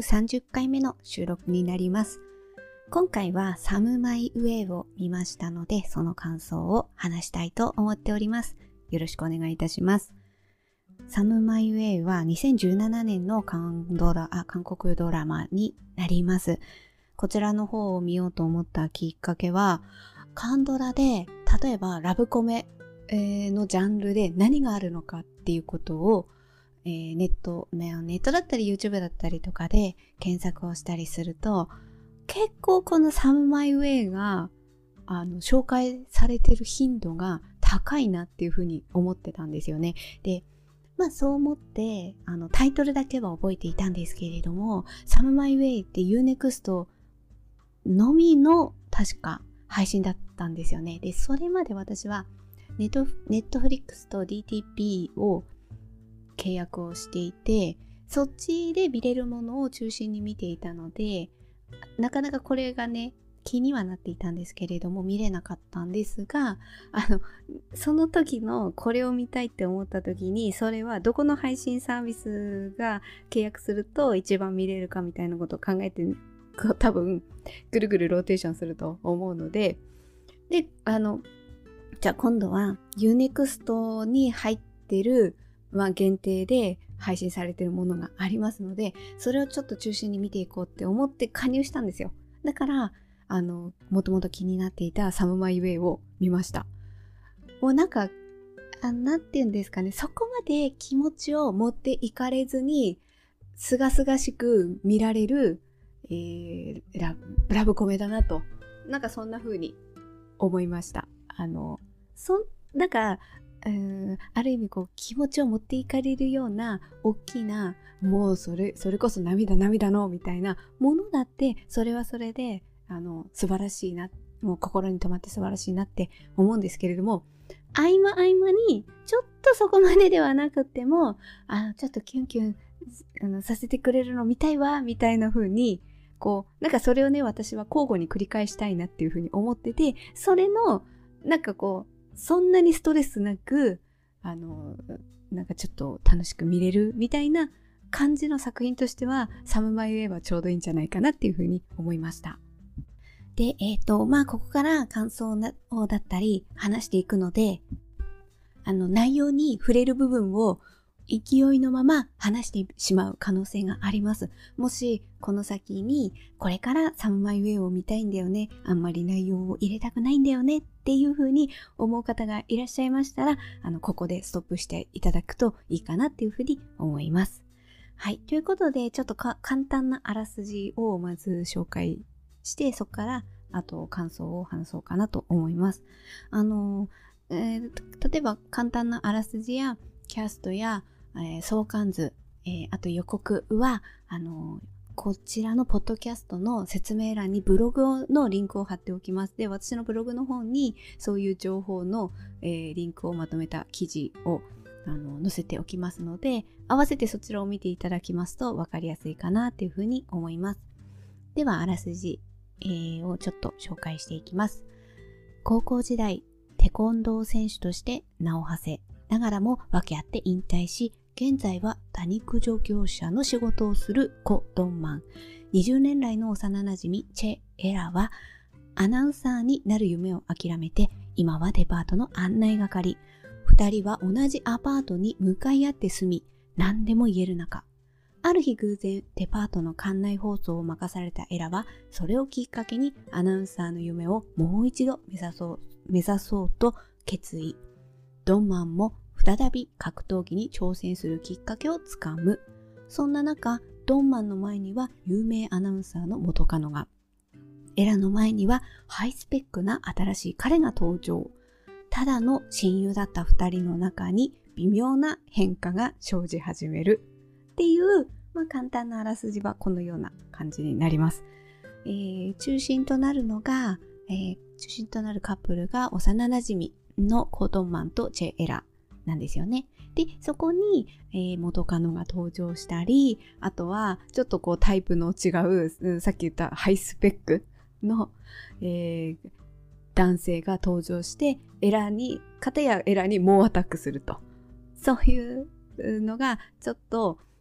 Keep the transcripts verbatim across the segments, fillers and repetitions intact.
さんじゅっかいめの収録になります。今回はサムマイウェイを見ましたので、その感想を話したいと思っております。よろしくお願いいたします。サムマイウェイはにせんじゅうななねんの韓ドラ、あ、韓国ドラマになります。こちらの方を見ようと思ったきっかけは、韓ドラで例えばラブコメのジャンルで何があるのかっていうことを、えー、ネット、ネットだったり YouTube だったりとかで検索をしたりすると、結構このサムマイウェイがあの紹介されてる頻度が高いなっていうふうに思ってたんですよね。で、まあそう思ってあのタイトルだけは覚えていたんですけれども、サムマイウェイって ユーネクスト のみの確か配信だったんですよね。で、それまで私はネット、ネットフリックスと ディーティーピー を契約をしていて、そっちで見れるものを中心に見ていたので、なかなかこれがね、気にはなっていたんですけれども、見れなかったんですが、あの、その時のこれを見たいって思った時に、それはどこの配信サービスが契約すると一番見れるかみたいなことを考えて、多分、ぐるぐるローテーションすると思うので、で、あの、じゃあ今度は ユーネクスト に入ってる、まあ、限定で配信されてるものがありますので、それをちょっと中心に見ていこうって思って加入したんですよ。だからあのもともと気になっていたサムマイウェイを見ました。もうなんかあなんていうんですかね、そこまで気持ちを持っていかれずにすがすがしく見られる、えー、ラブ、ラブコメだなと、なんかそんな風に思いました。あのそなんかうーんある意味こう気持ちを持っていかれるような大きな、もうそれそれこそ涙涙のみたいなものだって、それはそれであの素晴らしいな、もう心に留まって素晴らしいなって思うんですけれども、合間合間にちょっとそこまでではなくても、あちょっとキュンキュンあのさせてくれるの見たいわみたいな風に、こうなんかそれをね、私は交互に繰り返したいなっていう風に思ってて、それのなんかこうそんなにストレスなく、あの、なんかちょっと楽しく見れるみたいな感じの作品としては、サムマイウェイはちょうどいいんじゃないかなっていうふうに思いました。で、えっと、まあ、ここから感想をだったり話していくので、あの、内容に触れる部分を勢いのまま話してしまう可能性があります。もしこの先にこれからサムマイウェイを見たいんだよね、あんまり内容を入れたくないんだよねっていう風に思う方がいらっしゃいましたら、あのここでストップしていただくといいかなっていう風に思います。はい、ということでちょっとか簡単なあらすじをまず紹介して、そこからあと感想を話そうかなと思います。あの、えー、例えば簡単なあらすじやキャストやえー、相関図、えー、あと予告はあのー、こちらのポッドキャストの説明欄にブログのリンクを貼っておきます。で、私のブログの方にそういう情報の、えー、リンクをまとめた記事をあの載せておきますので、合わせてそちらを見ていただきますと分かりやすいかなというふうに思います。ではあらすじ、えー、をちょっと紹介していきます。高校時代テコンドー選手として名を馳せながらも訳あって引退し、現在は多肉助業者の仕事をするコ・ドンマン。にじゅうねん来の幼馴染チェ・エラはアナウンサーになる夢を諦めて、今はデパートの案内係。二人は同じアパートに向かい合って住み、何でも言える中、ある日偶然デパートの館内放送を任されたエラは、それをきっかけにアナウンサーの夢をもう一度目指そう、目指そうと決意。ドンマンも再び格闘技に挑戦するきっかけをつかむ。そんな中、ドンマンの前には有名アナウンサーの元カノが、エラの前にはハイスペックな新しい彼が登場。ただの親友だった二人の中に微妙な変化が生じ始めるっていう、まあ、簡単なあらすじはこのような感じになります。えー、中心となるのが、えー、中心となるカップルが幼馴染のコ・ドンマンとチェ・エラなんですよね。で、そこに、えー、元カノが登場したり、あとはちょっとこうタイプの違う、うん、さっき言ったハイスペックの、えー、男性が登場して、エラに、片やエラに猛アタックすると。そういうのがちょっと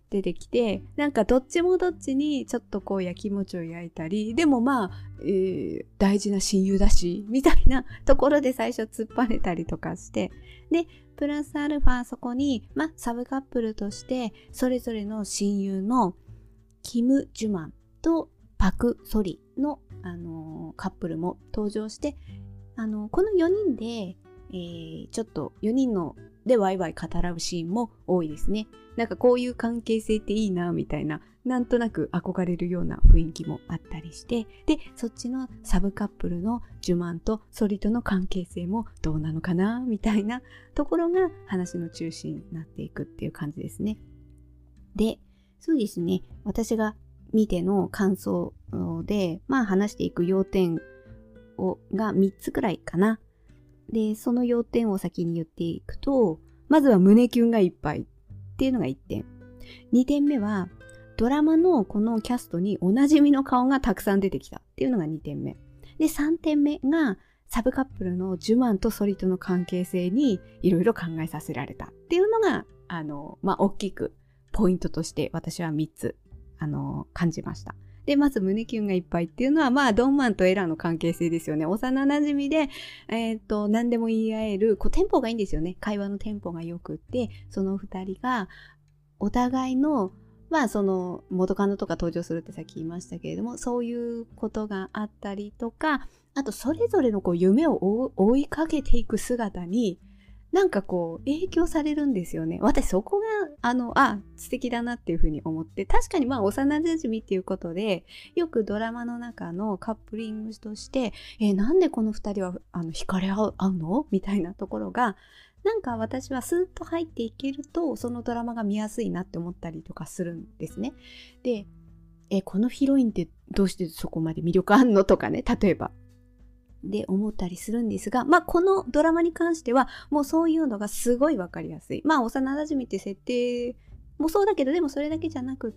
出てきて、なんかどっちもどっちにちょっとこうやきもちを焼いたり、でもまあ、えー、大事な親友だしみたいなところで最初突っ張れたりとかして、でプラスアルファそこに、まあ、サブカップルとしてそれぞれの親友のキム・ジュマンとパク・ソリの、あのー、カップルも登場して、あのー、このよにんで、えー、ちょっとよにんのでワイワイ語らうシーンも多いですね。なんかこういう関係性っていいなみたいな、なんとなく憧れるような雰囲気もあったりして、でそっちのサブカップルのジュマンとソリとの関係性もどうなのかなみたいなところが話の中心になっていくっていう感じですね。で、そうですね、私が見ての感想で、まあ話していく要点をがみっつくらいかな。で、その要点を先に言っていくと、まずは胸キュンがいっぱいっていうのがいってん。にてんめは、ドラマのこのキャストにおなじみの顔がたくさん出てきたっていうのがにてんめ。で、さんてんめが、サブカップルのジュマンとソリとの関係性にいろいろ考えさせられたっていうのが、あの、まあ、大きくポイントとして私はみっつ、あの、感じました。で、まず胸キュンがいっぱいっていうのは、まあ、ドンマンとエラの関係性ですよね。幼馴染みで、えっと、何でも言い合える、こう、テンポがいいんですよね。会話のテンポが良くって、その二人が、お互いの、まあ、その、元カノとか登場するってさっき言いましたけれども、そういうことがあったりとか、あと、それぞれのこう、夢を追いかけていく姿に、なんかこう影響されるんですよね。私そこがあのあ素敵だなっていうふうに思って、確かにまあ幼馴染っていうことでよくドラマの中のカップリングとしてえなんでこの二人はあの惹かれ合う、合うのみたいなところがなんか私はスーッと入っていけるとそのドラマが見やすいなって思ったりとかするんですね。でえこのヒロインってどうしてそこまで魅力あんのとかね、例えばで思ったりするんですが、まあこのドラマに関してはもうそういうのがすごいわかりやすい。まあ幼馴染って設定もそうだけど、でもそれだけじゃなくって、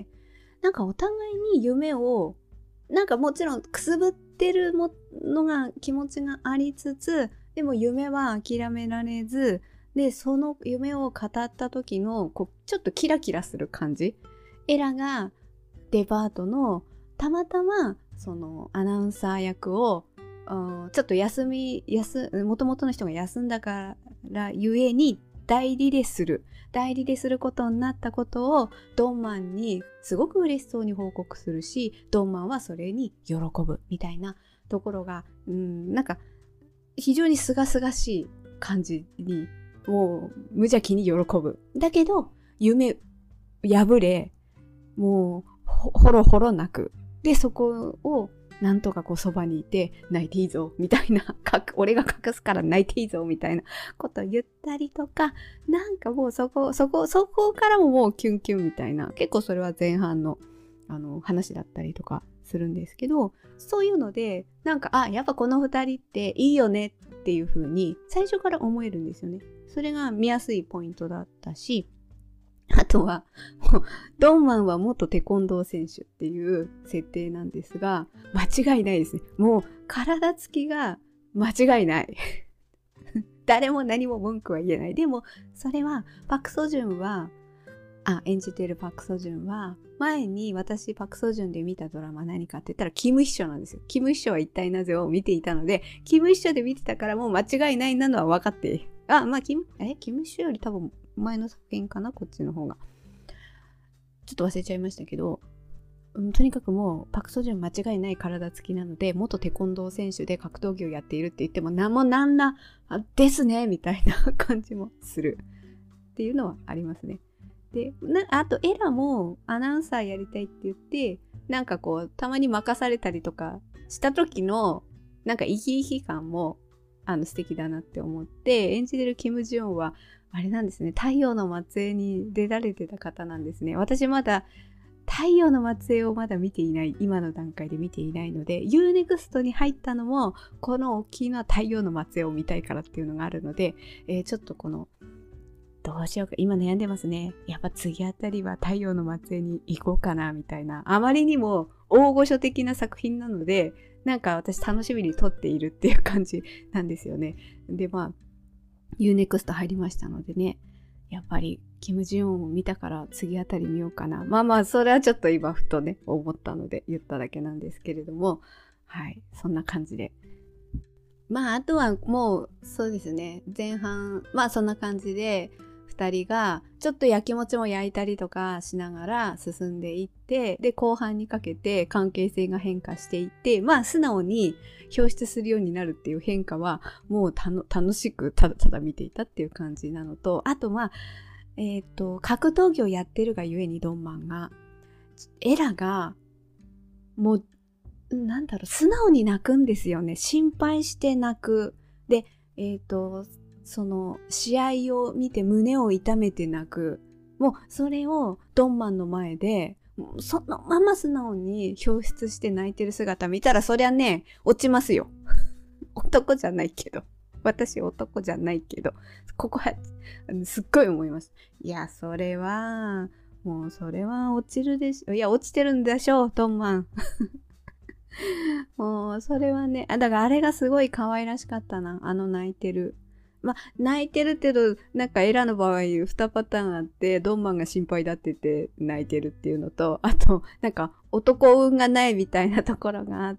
なんかお互いに夢をなんかもちろんくすぶってるのが気持ちがありつつ、でも夢は諦められず、でその夢を語った時のこうちょっとキラキラする感じ。エラがデパートのたまたまそのアナウンサー役をちょっと休み、休、もともとの人が休んだからゆえに代理でする。代理ですることになったことをドンマンにすごく嬉しそうに報告するし、ドンマンはそれに喜ぶみたいなところが、うん、なんか非常にすがすがしい感じに、もう無邪気に喜ぶ。だけど、夢破れ、もうほろほろ泣く。で、そこをなんとかこうそばにいて泣いていいぞみたいな、俺が隠すから泣いていいぞみたいなことを言ったりとか、なんかもうそこそこそこからももうキュンキュンみたいな、結構それは前半のあの話だったりとかするんですけど、そういうのでなんかあやっぱこの二人っていいよねっていう風に最初から思えるんですよね。それが見やすいポイントだったし、あとは、ドンマンは元テコンドー選手っていう設定なんですが、間違いないですね。もう体つきが間違いない。誰も何も文句は言えない。でも、それはパクソジュンは、あ、演じてるパクソジュンは、前に私パクソジュンで見たドラマ何かって言ったら、キム秘書なんですよ。キム秘書は一体なぜを見ていたので、キム秘書で見てたからもう間違いないなのは分かっている。あ、まあ、キム、え、キム秘書より多分、前の作品かな、こっちの方がちょっと忘れちゃいましたけど、うん、とにかくもうパクソジュン間違いない体つきなので、元テコンドー選手で格闘技をやっているって言っても何もなんらですねみたいな感じもするっていうのはありますね。でなあとエラもアナウンサーやりたいって言ってなんかこうたまに任されたりとかした時のなんか生き生き感もあの素敵だなって思って、演じてるキム・ジヨンはあれなんですね、太陽の末裔に出られてた方なんですね。私まだ太陽の末裔をまだ見ていない、今の段階で見ていないので、ユーネクストに入ったのもこの大きな太陽の末裔を見たいからっていうのがあるので、えー、ちょっとこのどうしようか今悩んでますね。やっぱ次あたりは太陽の末裔に行こうかなみたいな、あまりにも大御所的な作品なので、なんか私楽しみに撮っているっていう感じなんですよね。でまあユーネクスト入りましたのでね、 やっぱりキム・ジヨンを見たから次あたり見ようかな。まあまあ、それはちょっと今ふとね、思ったので言っただけなんですけれども、はい、そんな感じで。まあ、あとはもう、そうですね、前半、まあそんな感じで、二人がちょっと焼きもちも焼いたりとかしながら進んでいって、で、後半にかけて関係性が変化していって、まあ素直に表出するようになるっていう変化は、もうたの楽しくただただ見ていたっていう感じなのと、あとまあ、えっと、格闘技をやってるがゆえにドンマンが、エラが、もう、なんだろう、素直に泣くんですよね。心配して泣く。で、えっと、その、試合を見て胸を痛めて泣く。もう、それをドンマンの前で、そのまま素直に表出して泣いてる姿見たら、そりゃね、落ちますよ。男じゃないけど。私男じゃないけど。ここは、すっごい思います。いや、それは、もうそれは落ちるでしょ。いや、落ちてるんでしょう、ドンマン。もう、それはね、あ、だからあれがすごい可愛らしかったな。あの泣いてる。まあ、泣いてるけど、なんかエラの場合、にパターンあって、ドンマンが心配だってて泣いてるっていうのと、あと、なんか男運がないみたいなところがあって、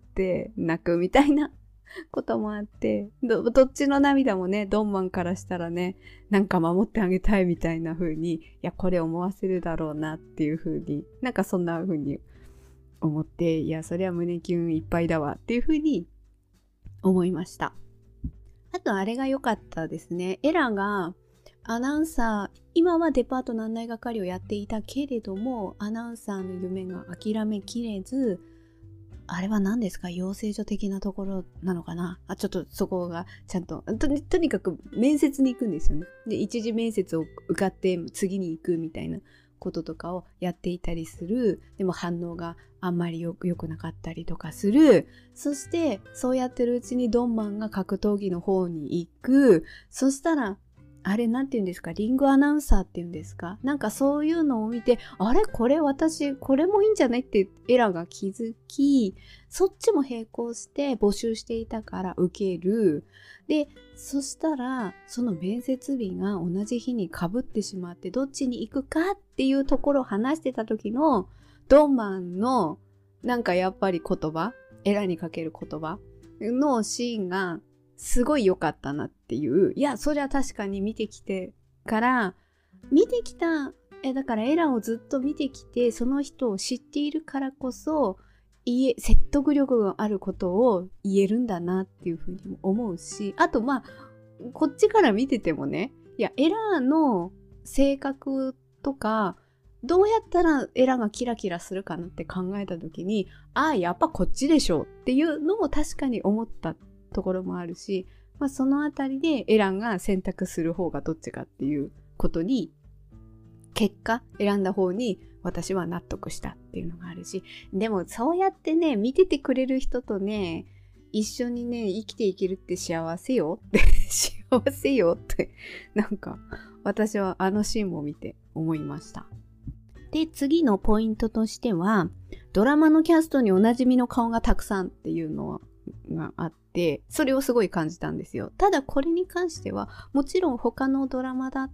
泣くみたいなこともあって、ど、どっちの涙もね、ドンマンからしたらね、なんか守ってあげたいみたいな風に、いや、これ思わせるだろうなっていう風に、なんかそんな風に思って、いや、そりゃ胸キュンいっぱいだわっていう風に思いました。あとあれが良かったですね。エラがアナウンサー、今はデパートの案内係をやっていたけれども、アナウンサーの夢が諦めきれず、あれは何ですか、養成所的なところなのかなあ、ちょっとそこがちゃんと、と、とにかく面接に行くんですよね。で、一次面接を受かって次に行くみたいなこととかをやっていたりする。でも反応があんまりよくなかったりとかする。そしてそうやってるうちにドンマンが格闘技の方に行く。そしたらあれなんて言うんですか、リングアナウンサーって言うんですか、なんかそういうのを見て、あれこれ私これもいいんじゃないってエラが気づき、そっちも並行して募集していたから受ける。で、そしたらその面接日が同じ日に被ってしまって、どっちに行くかっていうところを話してた時のドンマンのなんかやっぱり言葉、エラにかける言葉のシーンがすごい良かったなっていう。いや、それは確かに見てきてから、見てきた、え、だからエラをずっと見てきて、その人を知っているからこそ、言え、説得力があることを言えるんだなっていうふうにも思うし、あとまあ、こっちから見ててもね、いや、エラの性格とか、どうやったらエラがキラキラするかなって考えたときに、ああ、やっぱこっちでしょうっていうのも確かに思ったところもあるし、まあ、そのあたりでエランが選択する方がどっちかっていうことに、結果選んだ方に私は納得したっていうのがあるし、でもそうやってね、見ててくれる人とね、一緒にね、生きていけるって幸せよって幸せよってなんか私はあのシーンも見て思いました。で、次のポイントとしては、ドラマのキャストにおなじみの顔がたくさんっていうのがあって、それをすごい感じたんですよ。ただこれに関しては、もちろん他のドラマだって、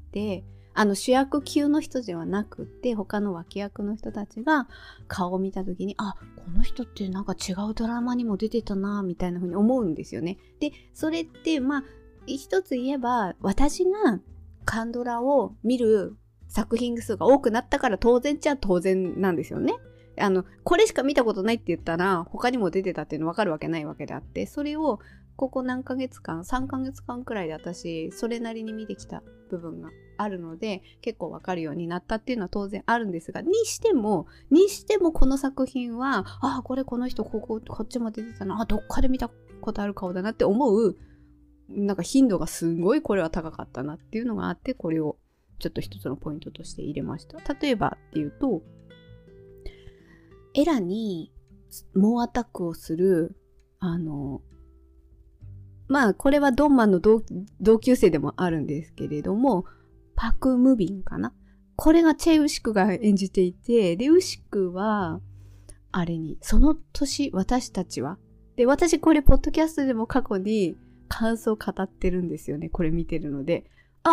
あの主役級の人ではなくって、他の脇役の人たちが顔を見たときに、あ、この人ってなんか違うドラマにも出てたな、みたいな風に思うんですよね。で、それって、まあ、一つ言えば、私がカンドラを見る作品数が多くなったから当然っちゃ当然なんですよね。あの、これしか見たことないって言ったら他にも出てたっていうの分かるわけないわけであって、それをここ何ヶ月間、さんかげつかんくらいで私それなりに見てきた部分があるので結構分かるようになったっていうのは当然あるんですが、にしてもにしてもこの作品は、あ、これこの人こここっちも出てたな、あ、どっかで見たことある顔だなって思う、なんか頻度がすごいこれは高かったなっていうのがあって、これをちょっと一つのポイントとして入れました。例えばっていうと、エラに猛アタックをする、あの、まあこれはドンマンの 同, 同級生でもあるんですけれども、パク・ムビンかな、これがチェ・ウシクが演じていて、で、ウシクは、あれに、その年私たちは、で、私これポッドキャストでも過去に感想を語ってるんですよね。これ見てるので。あ、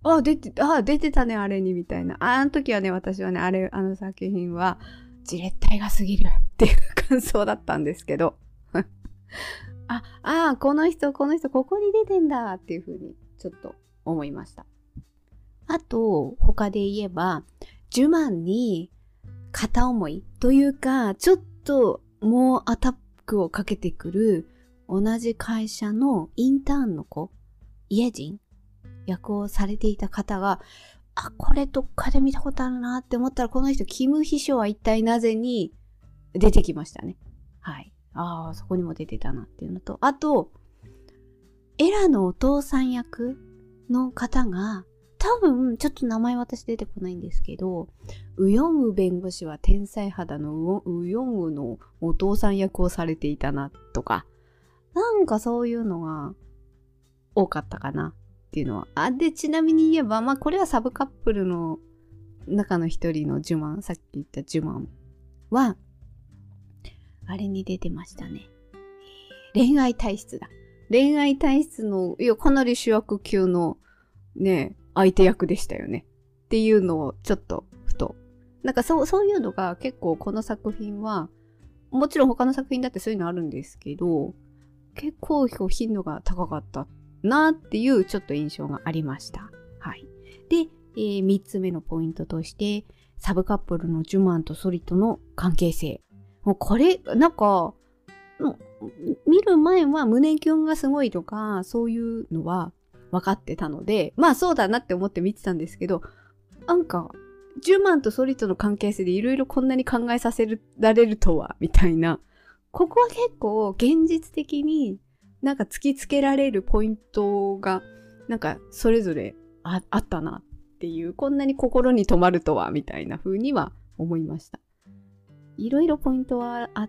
あ、出て、あ、出てたね、あれに、みたいな。あの時はね、私はね、あれ、あの作品は、じれったいが過ぎるっていう感想だったんですけど。あ、あ、この人、この人、ここに出てんだっていう風に、ちょっと思いました。あと、他で言えば、ジュマンに片思いというか、ちょっともうアタックをかけてくる、同じ会社のインターンの子、イエジン役をされていた方が、あ、これどっかで見たことあるなって思ったら、この人、キム秘書は一体なぜに出てきましたね。はい。ああ、そこにも出てたなっていうのと、あと、エラのお父さん役の方が、多分、ちょっと名前私出てこないんですけど、ウヨンウ弁護士は天才肌のウヨンウのお父さん役をされていたなとか、なんかそういうのが多かったかなっていうのは。あ、で、ちなみに言えば、まあこれはサブカップルの中の一人のジュマン、さっき言ったジュマンは、あれに出てましたね。恋愛体質だ。恋愛体質の、いや、かなり主役級のね、相手役でしたよね。っていうのをちょっとふと。なんかそう、そういうのが結構この作品は、もちろん他の作品だってそういうのあるんですけど、結構頻度が高かったなっていうちょっと印象がありました。はい。で、えー、みっつめのポイントとして、サブカップルのジュマンとソリとの関係性。もうこれ、なんか、見る前は胸キュンがすごいとか、そういうのは分かってたので、まあそうだなって思って見てたんですけど、なんか、ジュマンとソリとの関係性でいろいろこんなに考えさせられるとは、みたいな。ここは結構現実的になんか突きつけられるポイントが、なんかそれぞれ あ, あったなっていう、こんなに心に留まるとは、みたいな風には思いました。いろいろポイントはあって、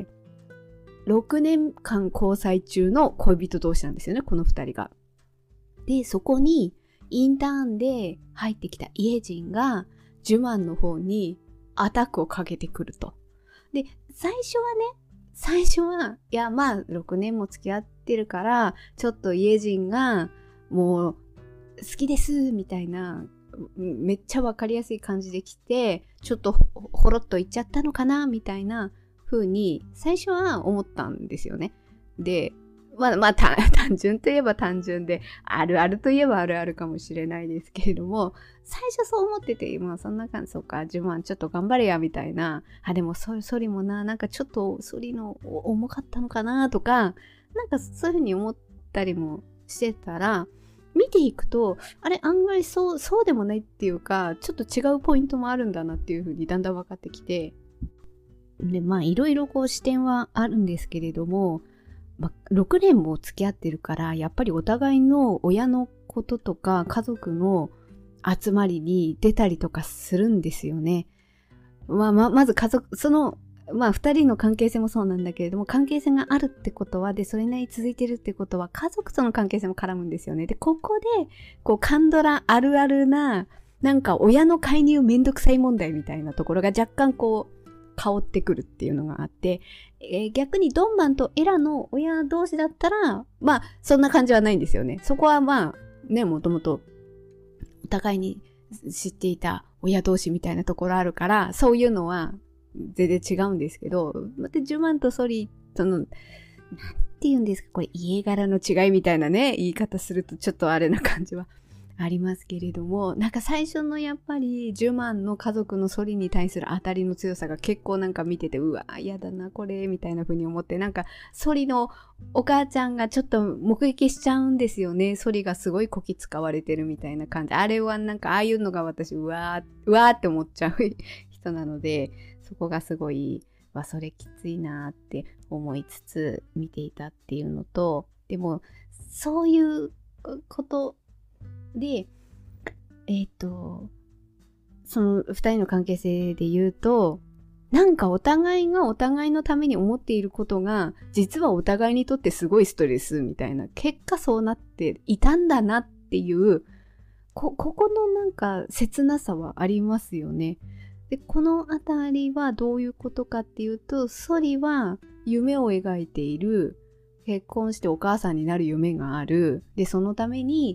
ろくねんかん交際中の恋人同士なんですよね、このふたりが。で、そこにインターンで入ってきたイエジンがジュマンの方にアタックをかけてくると。で、最初はね、最初は、いやまあろくねんも付き合ってるから、ちょっとイエジンがもう好きですみたいな、めっちゃわかりやすい感じで来て、ちょっとほろっと言っちゃったのかなみたいな風に最初は思ったんですよね。で、まあまあ単純といえば単純で、あるあるといえばあるあるかもしれないですけれども、最初そう思ってて、まあそんな感じ、そうか、ジュマンちょっと頑張れやみたいな、あ、でもソソリもな、なんかちょっとソリの重かったのかなとか、なんかそういう風に思ったりもしてたら、見ていくと、あれ案外そう、そうでもないっていうか、ちょっと違うポイントもあるんだなっていう風にだんだん分かってきて、で、まあいろいろこう視点はあるんですけれども、まあ、ろくねんも付き合ってるから、やっぱりお互いの親のこととか家族の集まりに出たりとかするんですよね。まあ、ま、まず家族、その、まあ二人の関係性もそうなんだけれども、関係性があるってことは、で、それなりに続いてるってことは、家族との関係性も絡むんですよね。で、ここで、こう、カンドラあるあるな、なんか親の介入めんどくさい問題みたいなところが若干こう、香ってくるっていうのがあって、えー、逆にドンマンとエラの親同士だったら、まあ、そんな感じはないんですよね。そこはまあ、ね、もともと、お互いに知っていた親同士みたいなところあるから、そういうのは全然違うんですけど、またジュマンとソリとの、なんて言うんですか、これ家柄の違いみたいなね、言い方するとちょっとあれな感じはありますけれども、なんか最初のやっぱりジュマンの家族のソリに対する当たりの強さが結構なんか見てて、うわ嫌だなこれみたいな風に思って、なんかソリのお母ちゃんがちょっと目撃しちゃうんですよね。ソリがすごいこき使われてるみたいな感じ。あれはなんかああいうのが私うわーうわーって思っちゃう人なので、そこがすごいわそれきついなーって思いつつ見ていたっていうのと、でもそういうことで、えっと、その二人の関係性で言うと、なんかお互いがお互いのために思っていることが、実はお互いにとってすごいストレスみたいな、結果そうなっていたんだなっていう、こ、ここのなんか切なさはありますよね。で、このあたりはどういうことかっていうと、ソリは夢を描いている、結婚してお母さんになる夢がある。で、そのために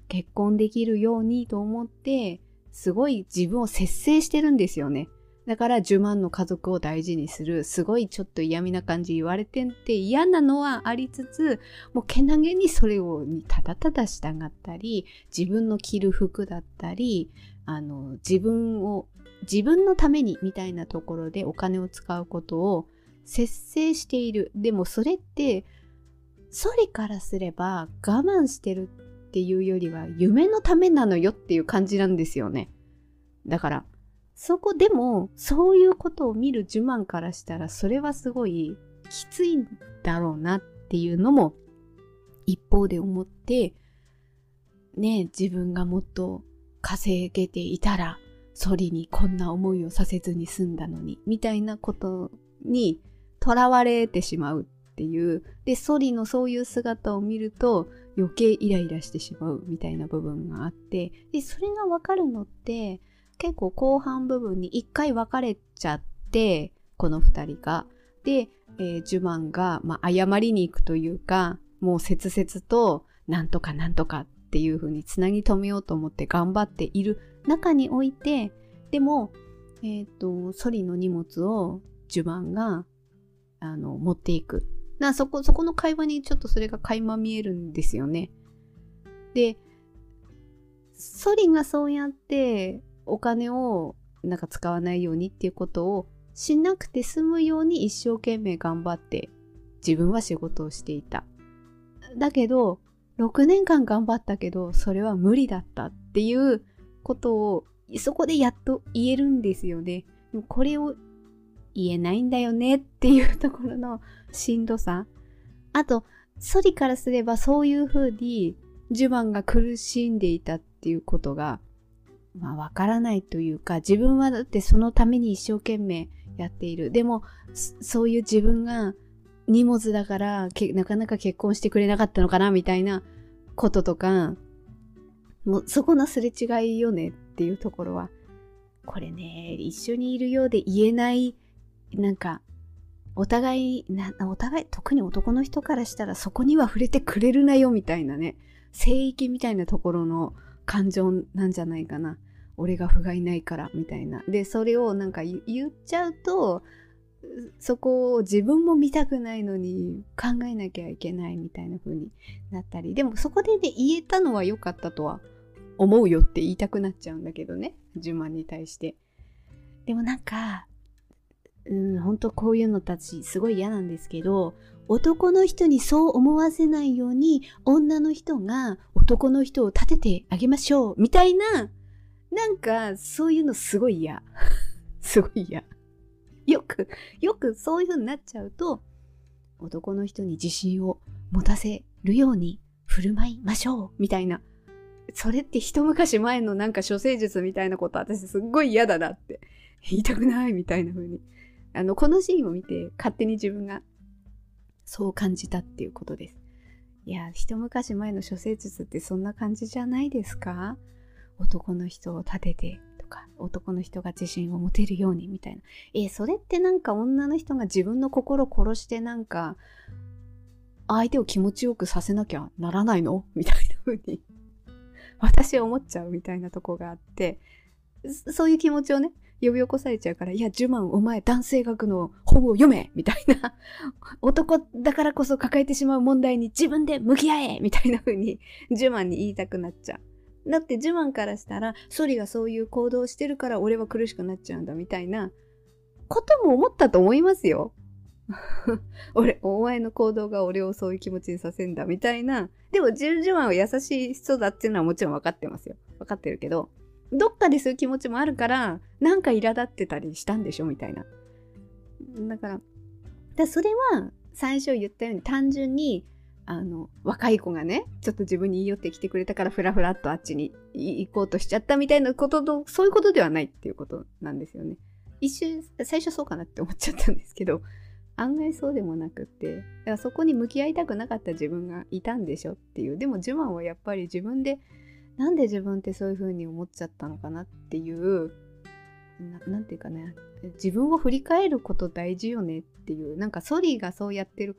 結婚できるようにと思って、すごい自分を節制してるんですよね。だからじゅまんの家族を大事にする、すごいちょっと嫌味な感じ言われてんって嫌なのはありつつ、もうけなげにそれをただただ従ったり、自分の着る服だったり、あの自分を自分のためにみたいなところでお金を使うことを節制している。でもそれってソリからすれば我慢してるっていうよりは夢のためなのよっていう感じなんですよね。だからそこでもそういうことを見るジュマンからしたらそれはすごいきついんだろうなっていうのも一方で思って、ね、自分がもっと稼げていたらソリにこんな思いをさせずに済んだのにみたいなことにとらわれてしまうっていう。でソリのそういう姿を見ると余計イライラしてしまうみたいな部分があって、でそれが分かるのって結構後半部分に一回別れちゃって、この二人がで、えー、ジュマンが、まあ、謝りに行くというか、もう切々となんとかなんとかっていう風につなぎ止めようと思って頑張っている中において、でも、えっと、ソリの荷物をジュマンがあの持っていく。なそこ、そこの会話にちょっとそれが垣間見えるんですよね。で、ソリがそうやってお金をなんか使わないようにっていうことをしなくて済むように一生懸命頑張って自分は仕事をしていた。だけどろくねんかん頑張ったけどそれは無理だったっていうことをそこでやっと言えるんですよね。でもこれを言えないんだよねっていうところのしんどさ。あとソリからすればそういう風にジュバンが苦しんでいたっていうことがまあわからないというか、自分はだってそのために一生懸命やっている。でもそういう自分が荷物だからなかなか結婚してくれなかったのかなみたいなこととか、もうそこのすれ違いよねっていうところは、これね、一緒にいるようで言えないなんかお互いなお互い特に男の人からしたらそこには触れてくれるなよみたいなね、聖域みたいなところの感情なんじゃないかな。俺が不甲斐ないからみたいな。でそれをなんか言っちゃうと、そこを自分も見たくないのに考えなきゃいけないみたいな風になったり、でもそこでね言えたのは良かったとは思うよって言いたくなっちゃうんだけどね、ジュマンに対して。でもなんかうん、本当こういうのたちすごい嫌なんですけど、男の人にそう思わせないように女の人が男の人を立ててあげましょうみたいな、なんかそういうのすごい嫌すごい嫌。よくよくそういう風になっちゃうと、男の人に自信を持たせるように振る舞いましょうみたいな、それって一昔前のなんか処世術みたいなこと、私すっごい嫌だなって言いたくないみたいな風に、あのこのシーンを見て勝手に自分がそう感じたっていうことです。いや、一昔前の処世術ってそんな感じじゃないですか？男の人を立ててとか、男の人が自信を持てるようにみたいな。え、それってなんか女の人が自分の心を殺してなんか相手を気持ちよくさせなきゃならないのみたいな風に私は思っちゃうみたいなとこがあって、そういう気持ちをね呼び起こされちゃうから、いやジュマンお前男性学の本を読めみたいな、男だからこそ抱えてしまう問題に自分で向き合えみたいな風にジュマンに言いたくなっちゃう。だってジュマンからしたらソリがそういう行動をしてるから俺は苦しくなっちゃうんだみたいなことも思ったと思いますよ俺お前の行動が俺をそういう気持ちにさせんだみたいな。でもジュジュマンは優しい人だっていうのはもちろん分かってますよ。分かってるけど、どっかでそういう気持ちもあるからなんか苛立ってたりしたんでしょみたいな。だからだそれは最初言ったように単純にあの若い子がねちょっと自分に言い寄ってきてくれたからフラフラっとあっちに行こうとしちゃったみたいなことと、そういうことではないっていうことなんですよね。一瞬最初そうかなって思っちゃったんですけど、案外そうでもなくって、だからそこに向き合いたくなかった自分がいたんでしょっていう。でもジュマンはやっぱり自分でなんで自分ってそういう風に思っちゃったのかなっていう な, なんていうかね、自分を振り返ること大事よねっていう、なんかソリがそうやってるからっ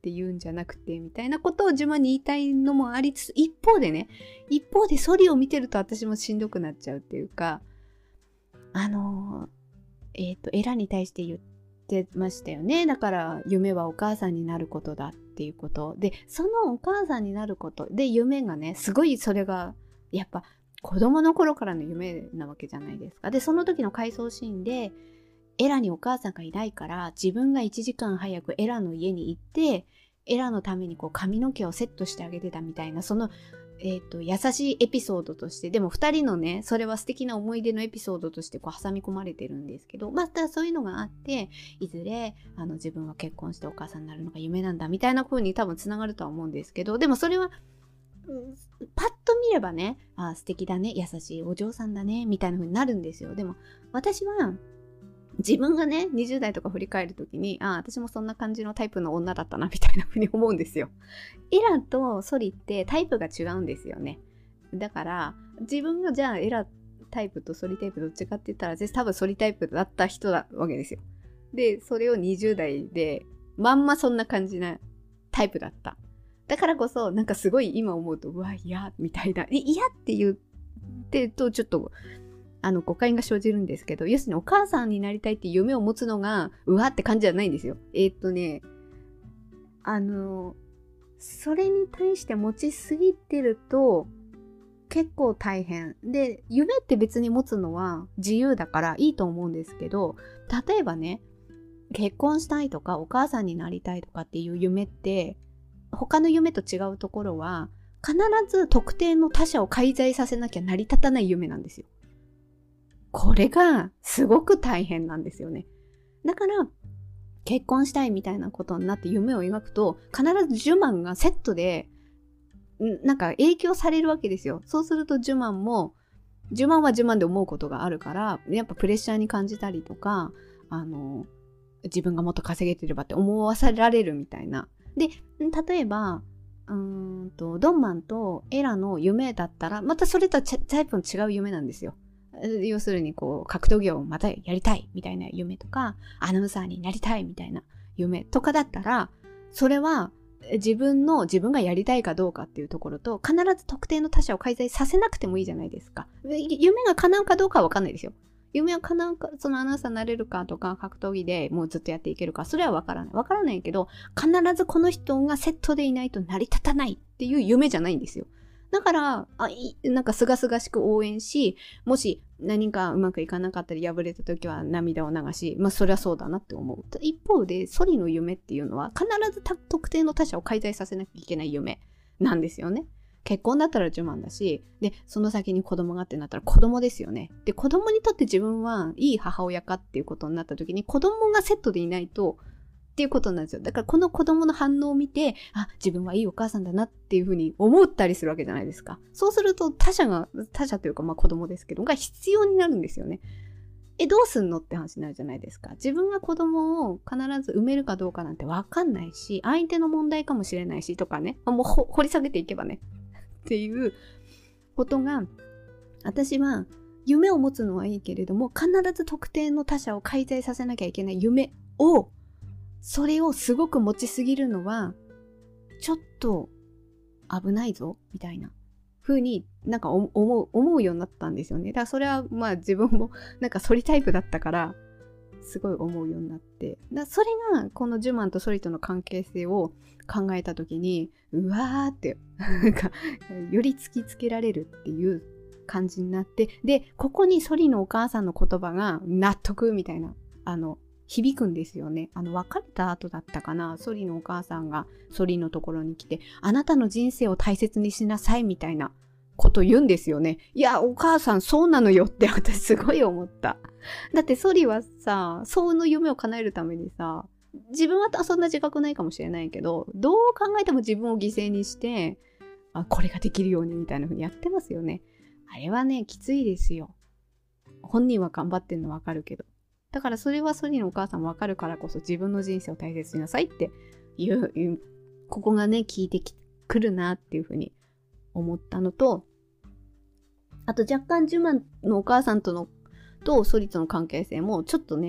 って言うんじゃなくてみたいなことを自分に言いたいのもありつつ、一方でね、一方でソリを見てると私もしんどくなっちゃうっていうか、あのえっとエラに対して言ってましたよね。だから夢はお母さんになることだっていうことで、そのお母さんになることで夢がね、すごいそれがやっぱ子供の頃からの夢なわけじゃないですか。でその時の回想シーンでエラにお母さんがいないから自分がいちじかん早くエラの家に行ってエラのためにこう髪の毛をセットしてあげてたみたいな、そのえーと、優しいエピソードとして、でもふたりのね、それは素敵な思い出のエピソードとしてこう挟み込まれてるんですけど、またそういうのがあって、いずれあの自分は結婚してお母さんになるのが夢なんだみたいな風に多分つながるとは思うんですけど、でもそれは、うん、パッと見ればね、あ、素敵だね、優しいお嬢さんだねみたいな風になるんですよ。でも私は自分がねにじゅう代とか振り返るときに、ああ私もそんな感じのタイプの女だったなみたいな風に思うんですよ。エラとソリってタイプが違うんですよね。だから自分がじゃあエラタイプとソリタイプどっちかって言ったら私多分ソリタイプだった人だわけですよ。でそれをにじゅう代でまんまそんな感じなタイプだった。だからこそなんかすごい今思うとうわ嫌みたいな、嫌って言ってとちょっとあの誤解が生じるんですけど、要するにお母さんになりたいっていう夢を持つのがうわって感じじゃないんですよ。えー、っとねあのそれに対して持ちすぎてると結構大変で、夢って別に持つのは自由だからいいと思うんですけど、例えばね結婚したいとかお母さんになりたいとかっていう夢って他の夢と違うところは必ず特定の他者を介在させなきゃ成り立たない夢なんですよ。これがすごく大変なんですよね。だから結婚したいみたいなことになって夢を描くと必ずジュマンがセットでなんか影響されるわけですよ。そうするとジュマンもジュマンはジュマンで思うことがあるからやっぱプレッシャーに感じたりとか、あの自分がもっと稼げてればって思わさられるみたいな。で例えばうーんとドンマンとエラの夢だったらまたそれとはタイプの違う夢なんですよ。要するにこう格闘技をまたやりたいみたいな夢とかアナウンサーになりたいみたいな夢とかだったら、それは自分の自分がやりたいかどうかっていうところと必ず特定の他者を介在させなくてもいいじゃないですか。夢が叶うかどうかは分かんないですよ。夢は叶うか、そのアナウンサーになれるかとか格闘技でもうずっとやっていけるか、それは分からない分からないけど、必ずこの人がセットでいないと成り立たないっていう夢じゃないんですよ。だから、あいなんかすがすがしく応援し、もし何かうまくいかなかったり敗れた時は涙を流し、まあそりゃそうだなって思う。一方で、ソリの夢っていうのは必ず特定の他者を介在させなきゃいけない夢なんですよね。結婚だったらジュマンだし、で、その先に子供がってなったら子供ですよね。で、子供にとって自分はいい母親かっていうことになった時に子供がセットでいないと、っていうことなんですよ。だからこの子供の反応を見て、あ、自分はいいお母さんだなっていうふうに思ったりするわけじゃないですか。そうすると他者が、他者というかまあ子供ですけど、が必要になるんですよね。え、どうすんのって話になるじゃないですか。自分が子供を必ず産めるかどうかなんてわかんないし、相手の問題かもしれないしとかね、もう掘り下げていけばね、っていうことが、私は夢を持つのはいいけれども、必ず特定の他者を介在させなきゃいけない夢を、それをすごく持ちすぎるのはちょっと危ないぞみたいな風になんか思う思うようになったんですよね。だからそれはまあ自分もなんかソリタイプだったからすごい思うようになって、だそれがこのジュマンとソリとの関係性を考えた時にうわーってなんかより突きつけられるっていう感じになって、でここにソリのお母さんの言葉が納得みたいなあの響くんですよね。あの別れた後だったかな、ソリのお母さんがソリのところに来て、あなたの人生を大切にしなさいみたいなこと言うんですよね。いやお母さんそうなのよって私すごい思った。だってソリはさ、その夢を叶えるためにさ、自分はそんな自覚ないかもしれないけど、どう考えても自分を犠牲にしてあこれができるようにみたいな風にやってますよね。あれはねきついですよ。本人は頑張ってんのわかるけど、だからそれはソニーのお母さんもわかるからこそ自分の人生を大切になさいっていう、いう、ここがね、効いてくるなっていうふうに思ったのと、あと若干ジュマンのお母さんとの、とソリとの関係性もちょっとね、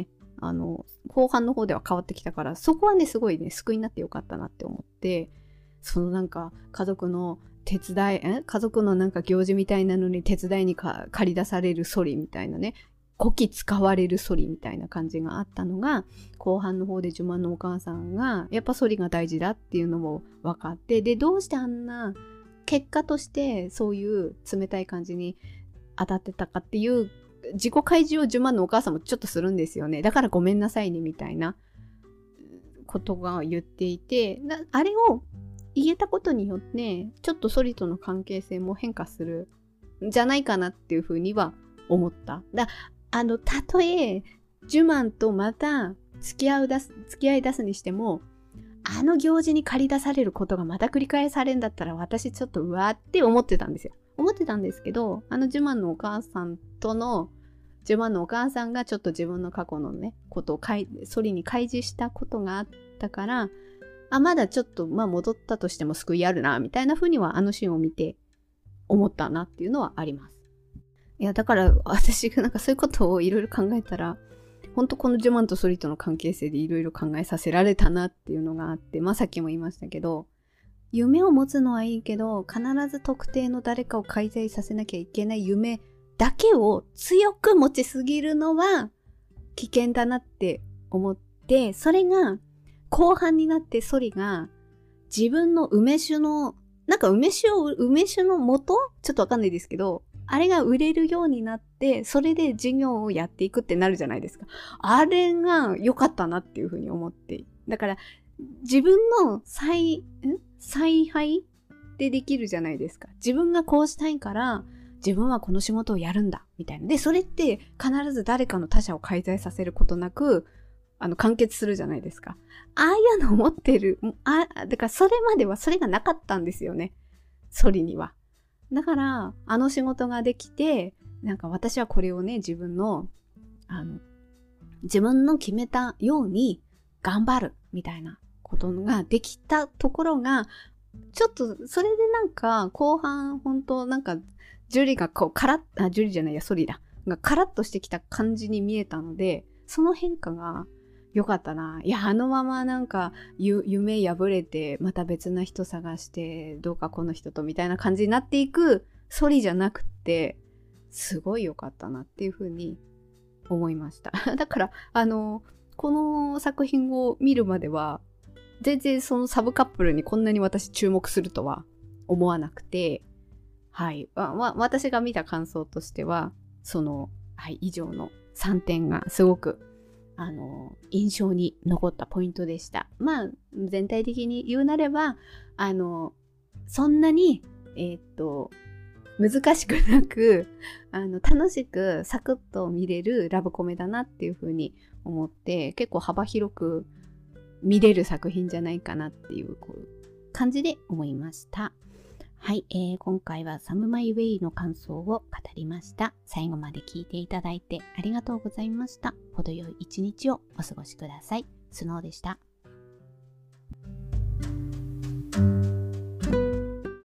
あの、後半の方では変わってきたから、そこはね、すごいね、救いになってよかったなって思って、そのなんか、家族の手伝い、え家族のなんか行事みたいなのに手伝いにか借り出されるソリみたいなね、こき使われるソリみたいな感じがあったのが、後半の方でジュマのお母さんが、やっぱソリが大事だっていうのも分かって、で、どうしてあんな、結果としてそういう冷たい感じに当たってたかっていう自己開示をジュマのお母さんもちょっとするんですよね。だからごめんなさいねみたいなことが言っていて、あれを言えたことによってちょっとソリとの関係性も変化するんじゃないかなっていうふうには思った。だあのたとえジュマンとまた付き合う出す付き合い出すにしても、あの行事に駆り出されることがまた繰り返されるんだったら私ちょっとうわーって思ってたんですよ。思ってたんですけど、あのジュマンのお母さんとの、ジュマンのお母さんがちょっと自分の過去のね、ことをかいソリに開示したことがあったから、あ、まだちょっと、まあ戻ったとしても救いあるな、みたいな風にはあのシーンを見て思ったなっていうのはあります。いや、だから私がなんかそういうことをいろいろ考えたら、本当このジュマンとソリとの関係性でいろいろ考えさせられたなっていうのがあって、まあさっきも言いましたけど、夢を持つのはいいけど、必ず特定の誰かを介在させなきゃいけない夢だけを強く持ちすぎるのは危険だなって思って、それが後半になってソリが自分の梅酒の、なんか梅酒を、梅酒の元ちょっとわかんないですけど、あれが売れるようになって、それで事業をやっていくってなるじゃないですか。あれが良かったなっていうふうに思って。だから、自分の采、ん采配でできるじゃないですか。自分がこうしたいから、自分はこの仕事をやるんだ、みたいな。で、それって必ず誰かの他者を介在させることなく、あの、完結するじゃないですか。ああいうのを持ってる、あ、だからそれまではそれがなかったんですよね。ソリには。だから、あの仕事ができて、なんか私はこれをね、自分の、あの、自分の決めたように頑張るみたいなことができたところが、ちょっと、それでなんか、後半、本当なんか、ジュリがこう、カラッ、あ、ジュリじゃないや、ソリだ。がカラッとしてきた感じに見えたので、その変化が良かったな。いや、あのままなんか、ゆ、夢破れて、また別な人探して、どうかこの人とみたいな感じになっていく、ソリじゃなくて、すごい良かったなっていうふうに思いました。だから、あの、この作品を見るまでは、全然そのサブカップルにこんなに私注目するとは思わなくて、はい。わ、わ、私が見た感想としては、その、はい、以上のさんてんがすごく、あの、印象に残ったポイントでした。まあ、全体的に言うなれば、あの、そんなに、えーっと、難しくなく、あの、楽しくサクッと見れるラブコメだなっていうふうに思って、結構幅広く見れる作品じゃないかなっていう、こう感じで思いました。はい、えー、今回はサムマイウェイの感想を語りました。最後まで聞いていただいてありがとうございました。程よい一日をお過ごしください。スノーでした。